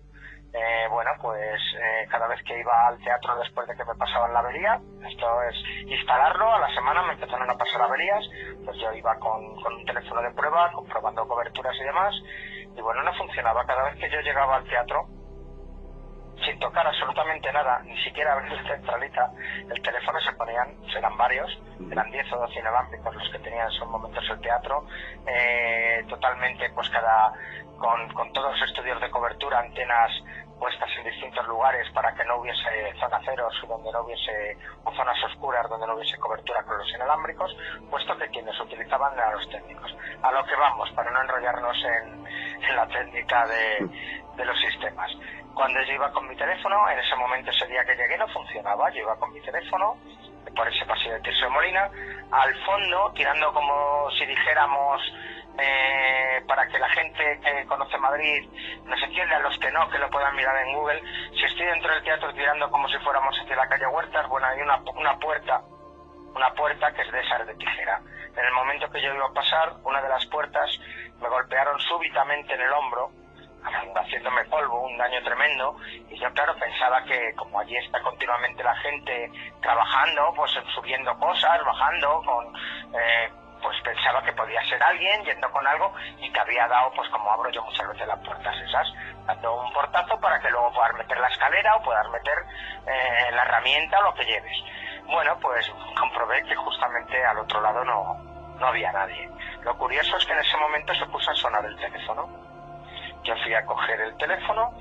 Eh, bueno, pues eh, cada vez que iba al teatro después de que me pasaban la avería, esto es instalarlo, a la semana me empezaron a pasar averías, pues yo iba con, con un teléfono de prueba, comprobando coberturas y demás, y bueno, no funcionaba. Cada vez que yo llegaba al teatro, sin tocar absolutamente nada, ni siquiera abrir la centralita, el teléfono se ponían, eran varios, eran diez o doce inalámbricos los que tenía en esos momentos el teatro, eh, totalmente, pues cada, con, con todos los estudios de cobertura, antenas puestas en distintos lugares para que no hubiese zona ceros, donde no hubiese, o zonas oscuras donde no hubiese cobertura con los inalámbricos, puesto que quienes utilizaban eran los técnicos. A lo que vamos, para no enrollarnos en, en la técnica de, de los sistemas. Cuando yo iba con mi teléfono, en ese momento, ese día que llegué, no funcionaba. Yo iba con mi teléfono por ese pasillo de Tirso de Molina, al fondo, tirando como si dijéramos, eh, para que la gente que conoce Madrid nos entienda, a los que no, que lo puedan mirar en Google. Si estoy dentro del teatro tirando como si fuéramos hacia la calle Huertas, bueno, hay una, una puerta, una puerta que es de esas de tijera. En el momento que yo iba a pasar, una de las puertas me golpearon súbitamente en el hombro, haciéndome polvo, un daño tremendo, y yo claro pensaba que como allí está continuamente la gente trabajando, pues subiendo cosas, bajando, con eh, pues pensaba que podía ser alguien yendo con algo y que había dado, pues como abro yo muchas veces las puertas esas, dando un portazo para que luego puedas meter la escalera o puedas meter eh, la herramienta o lo que lleves. Bueno, pues comprobé que justamente al otro lado no, no había nadie. Lo curioso es que en ese momento se puso a sonar el teléfono. Yo fui a coger el teléfono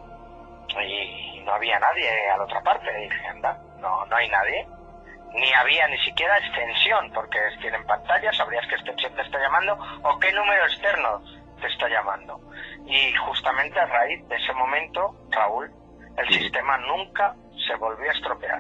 y no había nadie a la otra parte. Y dije, anda, no, no hay nadie. Ni había ni siquiera extensión, porque tienen pantalla, sabrías qué extensión te está llamando o qué número externo te está llamando. Y justamente a raíz de ese momento, Raúl, el sistema nunca se volvió a estropear.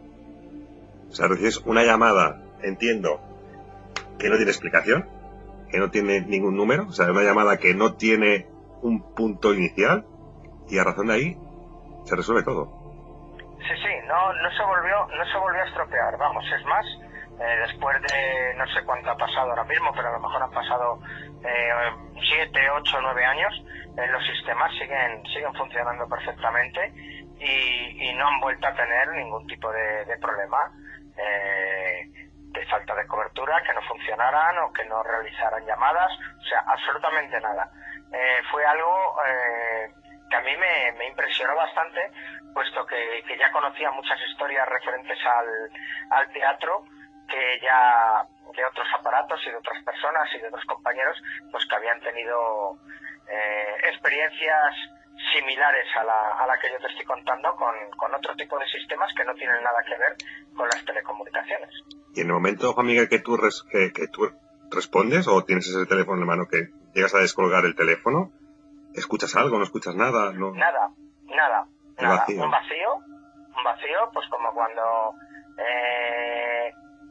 O sea, recibes una llamada, entiendo, que no tiene explicación, que no tiene ningún número, o sea, una llamada que no tiene un punto inicial, y a razón de ahí se resuelve todo. Sí, sí, no, no se volvió, no se volvió a estropear, vamos, es más, eh, después de no sé cuánto ha pasado ahora mismo, pero a lo mejor han pasado eh, siete, ocho, nueve años, eh, los sistemas siguen, siguen funcionando perfectamente y, y no han vuelto a tener ningún tipo de, de problema eh, de falta de cobertura, que no funcionaran o que no realizaran llamadas, o sea, absolutamente nada. Eh, fue algo eh, que a mí me, me impresionó bastante, puesto que, que ya conocía muchas historias referentes al, al teatro, que ya de otros aparatos y de otras personas y de otros compañeros, pues que habían tenido eh, experiencias similares a la, a la que yo te estoy contando, con, con otro tipo de sistemas que no tienen nada que ver con las telecomunicaciones. Y en el momento, Juan Miguel, que tú, res, que, que tú respondes o tienes ese teléfono en la mano, que llegas a descolgar el teléfono, ¿escuchas algo? ¿No escuchas nada? ¿No? Nada, nada, un nada. Vacío. Un vacío, un vacío, pues como cuando eh,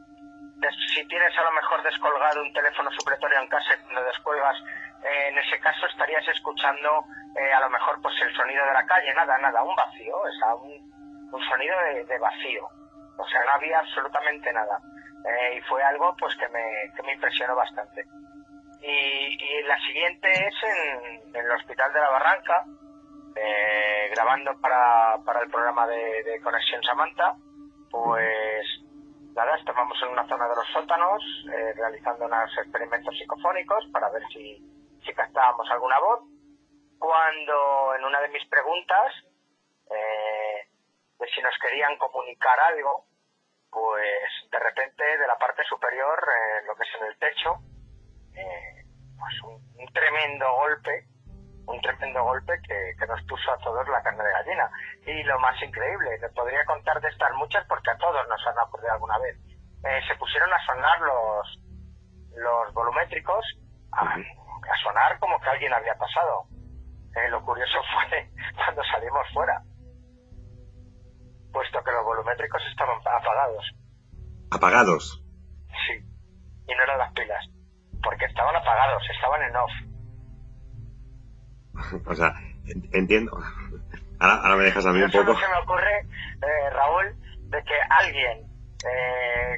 si tienes a lo mejor descolgado un teléfono supletorio en casa y cuando descuelgas, eh, en ese caso estarías escuchando eh, a lo mejor pues el sonido de la calle, nada, nada, un vacío, o sea, un, un sonido de, de vacío, o sea, no había absolutamente nada. Eh, y fue algo pues que me, que me impresionó bastante. Y, y la siguiente es en, en el Hospital de la Barranca, eh, grabando para, para el programa de, de Conexión Samantha, pues nada, estábamos en una zona de los sótanos eh, realizando unos experimentos psicofónicos para ver si, si captábamos alguna voz, cuando en una de mis preguntas eh, de si nos querían comunicar algo, pues de repente de la parte superior, eh, lo que es en el techo, eh, pues un, un tremendo golpe, un tremendo golpe que, que nos puso a todos la carne de gallina. Y lo más increíble, les podría contar de estas muchas porque a todos nos han ocurrido alguna vez. Eh, se pusieron a sonar los, los volumétricos, a, a sonar como que alguien había pasado. Eh, lo curioso fue cuando salimos fuera, puesto que los volumétricos estaban apagados. ¿Apagados? Sí, y no eran las pilas, porque estaban apagados, estaban en off. O sea, entiendo. Ahora, ahora me dejas a mí un poco. Eso se me ocurre, eh, Raúl, de que alguien eh,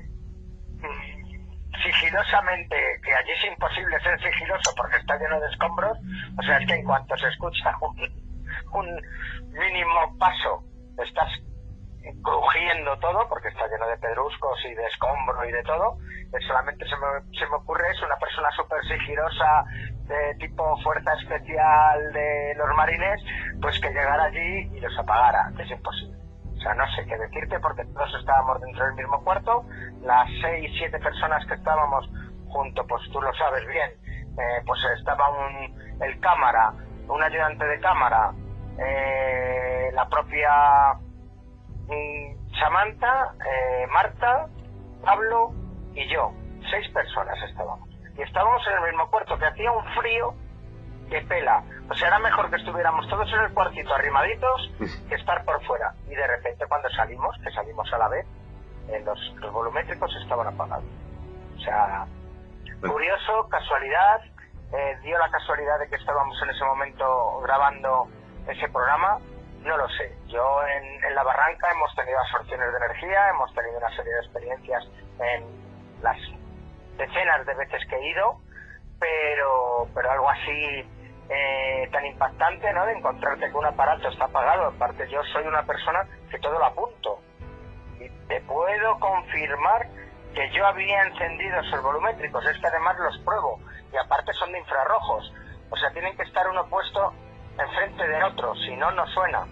sigilosamente, que allí es imposible ser sigiloso porque está lleno de escombros, o sea, es que en cuanto se escucha un, un mínimo paso estás crujiendo todo, porque está lleno de pedruscos y de escombro y de todo. Solamente se me, se me ocurre eso, una persona súper sigilosa de tipo fuerza especial de los marines, pues que llegara allí y los apagara, que es imposible. O sea, no sé qué decirte, porque todos estábamos dentro del mismo cuarto, las seis, siete personas que estábamos junto, pues tú lo sabes bien, eh, pues estaba un, el cámara, un ayudante de cámara, eh, la propia mm, Samantha, eh, Marta, Pablo y yo. Seis personas estábamos. Y estábamos en el mismo cuarto, que hacía un frío que pela. O sea, era mejor que estuviéramos todos en el cuartito arrimaditos que estar por fuera. Y de repente cuando salimos, que salimos a la vez, eh, los, los volumétricos estaban apagados. O sea, curioso, casualidad, eh, dio la casualidad de que estábamos en ese momento grabando ese programa, no lo sé. Yo en, en la barranca hemos tenido absorciones de energía, hemos tenido una serie de experiencias en las decenas de veces que he ido, pero, pero algo así eh, tan impactante, ¿no? De encontrarte que un aparato está apagado. Aparte, yo soy una persona que todo lo apunto. Y te puedo confirmar que yo había encendido esos volumétricos. Es que además los pruebo. Y aparte son de infrarrojos. O sea, tienen que estar uno puesto enfrente del otro. Si no, no suena.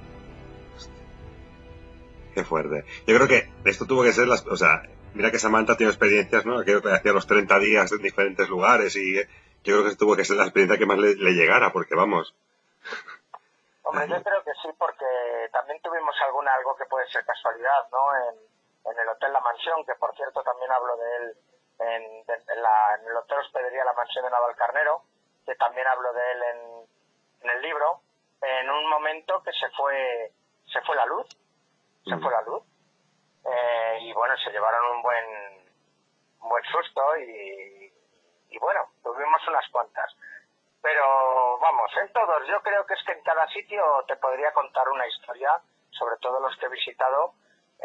Qué fuerte. Yo creo que esto tuvo que ser las... O sea, mira que Samantha tiene experiencias, ¿no? Aquello que hacía los treinta días en diferentes lugares y yo creo que tuvo que ser la experiencia que más le, le llegara, porque vamos... Hombre, yo creo que sí, porque también tuvimos alguna, algo que puede ser casualidad, ¿no? En, en el Hotel La Mansión, que por cierto también hablo de él en, de, en, la, en el Hotel Hospedería La Mansión de Navalcarnero, que también hablo de él en, en el libro, en un momento que se fue, se fue la luz, se mm. fue la luz. Eh, y bueno, se llevaron un buen un buen susto y, y bueno, tuvimos unas cuantas. Pero vamos, en todos, yo creo que es que en cada sitio te podría contar una historia, sobre todo los que he visitado,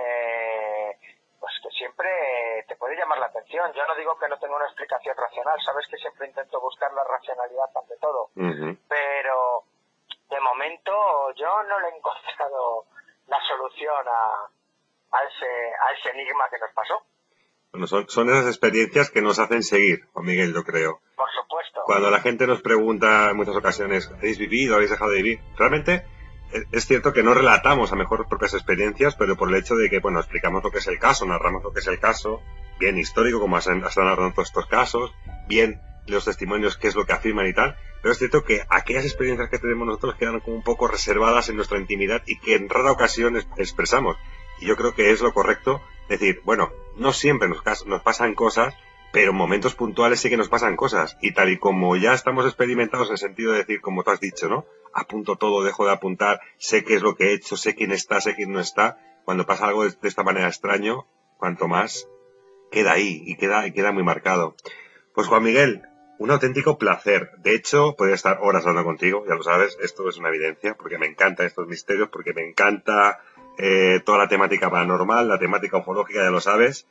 eh, pues que siempre te puede llamar la atención. Yo no digo que no tenga una explicación racional, sabes que siempre intento buscar la racionalidad ante todo, uh-huh. pero de momento yo no le he encontrado la solución a a ese, a ese enigma que nos pasó. Bueno, son, son esas experiencias que nos hacen seguir, Juan Miguel, yo creo. Por supuesto. Cuando la gente nos pregunta en muchas ocasiones, ¿habéis vivido, habéis dejado de vivir? Realmente es, es cierto que no relatamos a mejor propias experiencias, pero por el hecho de que, bueno, explicamos lo que es el caso, narramos lo que es el caso, bien histórico, como están narrando todos estos casos, bien los testimonios, qué es lo que afirman y tal, pero es cierto que aquellas experiencias que tenemos nosotros quedan como un poco reservadas en nuestra intimidad y que en rara ocasión expresamos. Y yo creo que es lo correcto decir, bueno, no siempre nos, nos pasan cosas, pero en momentos puntuales sí que nos pasan cosas. Y tal y como ya estamos experimentados en el sentido de decir, como tú has dicho, ¿no? Apunto todo, dejo de apuntar, sé qué es lo que he hecho, sé quién está, sé quién no está. Cuando pasa algo de, de esta manera extraño, cuanto más, queda ahí y queda, y queda muy marcado. Pues Juan Miguel, un auténtico placer. De hecho, podría estar horas hablando contigo, ya lo sabes, esto es una evidencia, porque me encantan estos misterios, porque me encanta... Eh, toda la temática paranormal, la temática ufológica, ya lo sabes,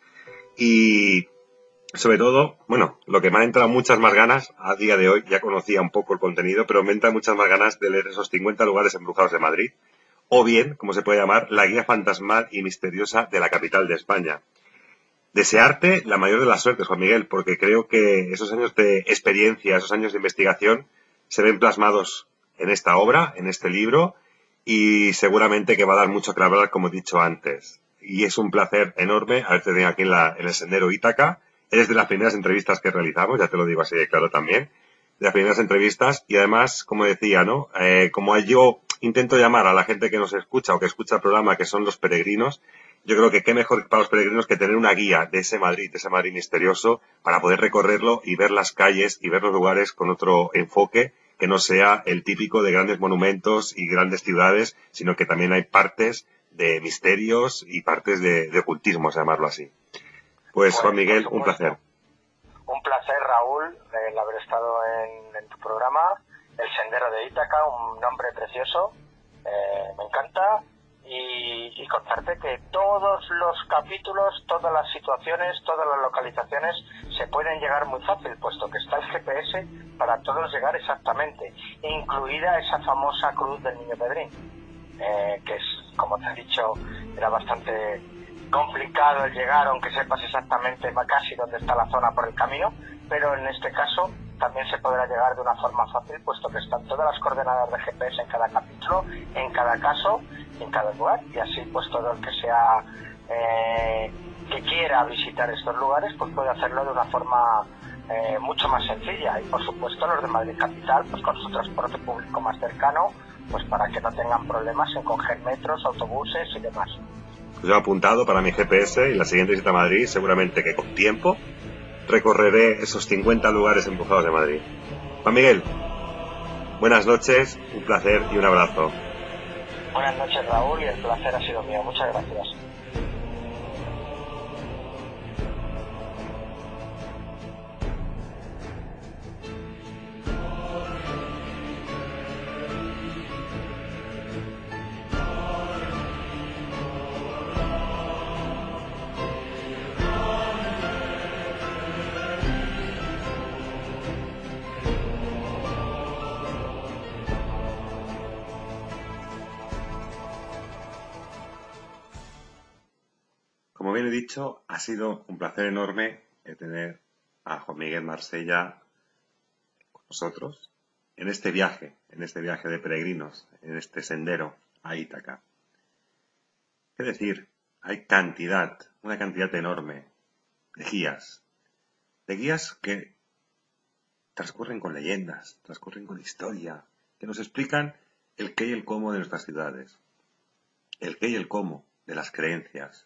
y sobre todo, bueno, lo que me ha entrado muchas más ganas, a día de hoy, ya conocía un poco el contenido, pero me entra muchas más ganas de leer esos cincuenta lugares embrujados de Madrid, o bien, como se puede llamar, la guía fantasmal y misteriosa de la capital de España. Desearte la mayor de las suertes, Juan Miguel, porque creo que esos años de experiencia, esos años de investigación, se ven plasmados en esta obra, en este libro, y seguramente que va a dar mucho que hablar, como he dicho antes. Y es un placer enorme haberte tenido aquí en, la, en el Sendero Ítaca. Eres de las primeras entrevistas que realizamos, ya te lo digo así de claro también. De las primeras entrevistas y además, como decía, ¿no? Eh, como yo intento llamar a la gente que nos escucha o que escucha el programa, que son los peregrinos, yo creo que qué mejor para los peregrinos que tener una guía de ese Madrid, de ese Madrid misterioso, para poder recorrerlo y ver las calles y ver los lugares con otro enfoque, que no sea el típico de grandes monumentos y grandes ciudades, sino que también hay partes de misterios y partes de, de ocultismo, llamarlo así. Pues, pues Juan Miguel, un placer. Un placer, Raúl, el haber estado en, en tu programa, El Sendero de Ítaca, un nombre precioso, eh, me encanta, y, y contarte que todos los capítulos, todas las situaciones, todas las localizaciones se pueden llegar muy fácil, puesto que está el G P S para todos llegar exactamente, incluida esa famosa cruz del Niño Pedrín, eh, que es, como te he dicho, era bastante complicado el llegar, aunque sepas exactamente casi dónde está la zona por el camino, pero en este caso también se podrá llegar de una forma fácil, puesto que están todas las coordenadas de G P S en cada capítulo, en cada caso, en cada lugar, y así pues todo el que sea eh, que quiera visitar estos lugares pues puede hacerlo de una forma eh, mucho más sencilla. Y por supuesto los de Madrid Capital pues con su transporte público más cercano, pues para que no tengan problemas en coger metros, autobuses y demás. Yo he apuntado para mi G P S y la siguiente visita a Madrid, seguramente que con tiempo recorreré esos cincuenta lugares empujados de Madrid. Juan Miguel, buenas noches, un placer y un abrazo. Buenas noches, Raúl, y el placer ha sido mío. Muchas gracias. Como bien he dicho, ha sido un placer enorme tener a Juan Miguel Marsella con nosotros en este viaje, en este viaje de peregrinos, en este sendero a Ítaca. ¿Qué decir? Hay cantidad, una cantidad enorme de guías, de guías que transcurren con leyendas, transcurren con historia, que nos explican el qué y el cómo de nuestras ciudades, el qué y el cómo de las creencias.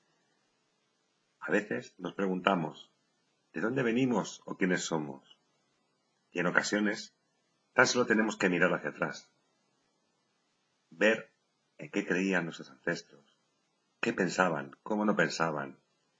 A veces nos preguntamos, ¿de dónde venimos o quiénes somos? Y en ocasiones, tan solo tenemos que mirar hacia atrás, ver en qué creían nuestros ancestros, qué pensaban, cómo no pensaban.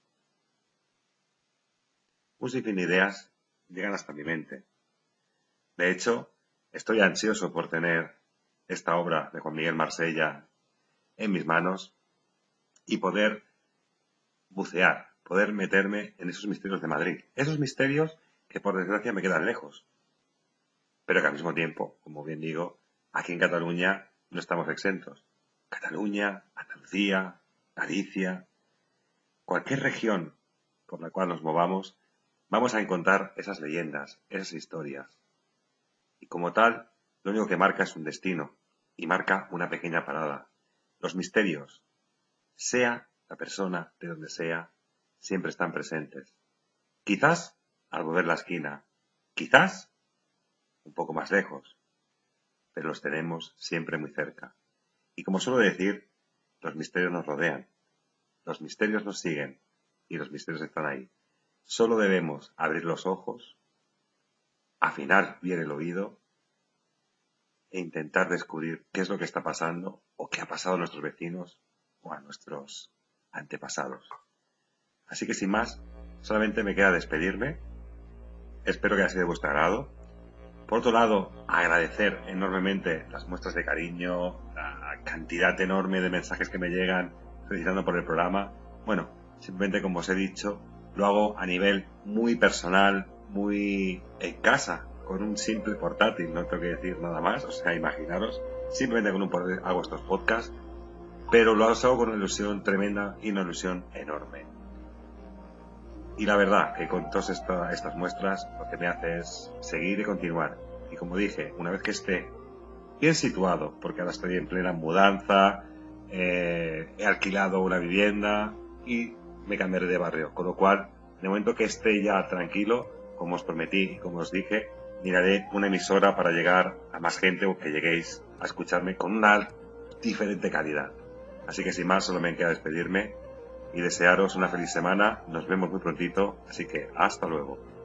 Un sinfín de ideas llegan hasta mi mente. De hecho, estoy ansioso por tener esta obra de Juan Miguel Marsella en mis manos y poder bucear, poder meterme en esos misterios de Madrid. Esos misterios que por desgracia me quedan lejos. Pero que al mismo tiempo, como bien digo, aquí en Cataluña no estamos exentos. Cataluña, Andalucía, Galicia, cualquier región por la cual nos movamos, vamos a encontrar esas leyendas, esas historias. Y como tal, lo único que marca es un destino y marca una pequeña parada. Los misterios, sea la persona de donde sea, siempre están presentes. Quizás al volver la esquina, quizás un poco más lejos, pero los tenemos siempre muy cerca. Y como suelo decir, los misterios nos rodean, los misterios nos siguen y los misterios están ahí. Solo debemos abrir los ojos, afinar bien el oído e intentar descubrir qué es lo que está pasando o qué ha pasado a nuestros vecinos o a nuestros antepasados. Así que sin más, solamente me queda despedirme. Espero que haya sido de vuestro agrado. Por otro lado, agradecer enormemente las muestras de cariño, la cantidad enorme de mensajes que me llegan felicitando por el programa. Bueno, simplemente como os he dicho, lo hago a nivel muy personal, muy en casa, con un simple portátil, no tengo que decir nada más, o sea, imaginaros, simplemente con un portátil hago estos podcasts, pero lo hago con una ilusión tremenda y una ilusión enorme. Y la verdad que con todas esta, estas muestras lo que me hace es seguir y continuar. Y como dije, una vez que esté bien situado, porque ahora estoy en plena mudanza, eh, he alquilado una vivienda y me cambiaré de barrio. Con lo cual, en el momento que esté ya tranquilo, como os prometí y como os dije, miraré una emisora para llegar a más gente o que lleguéis a escucharme con una diferente calidad. Así que sin más, solo me queda despedirme y desearos una feliz semana. Nos vemos muy prontito, así que hasta luego.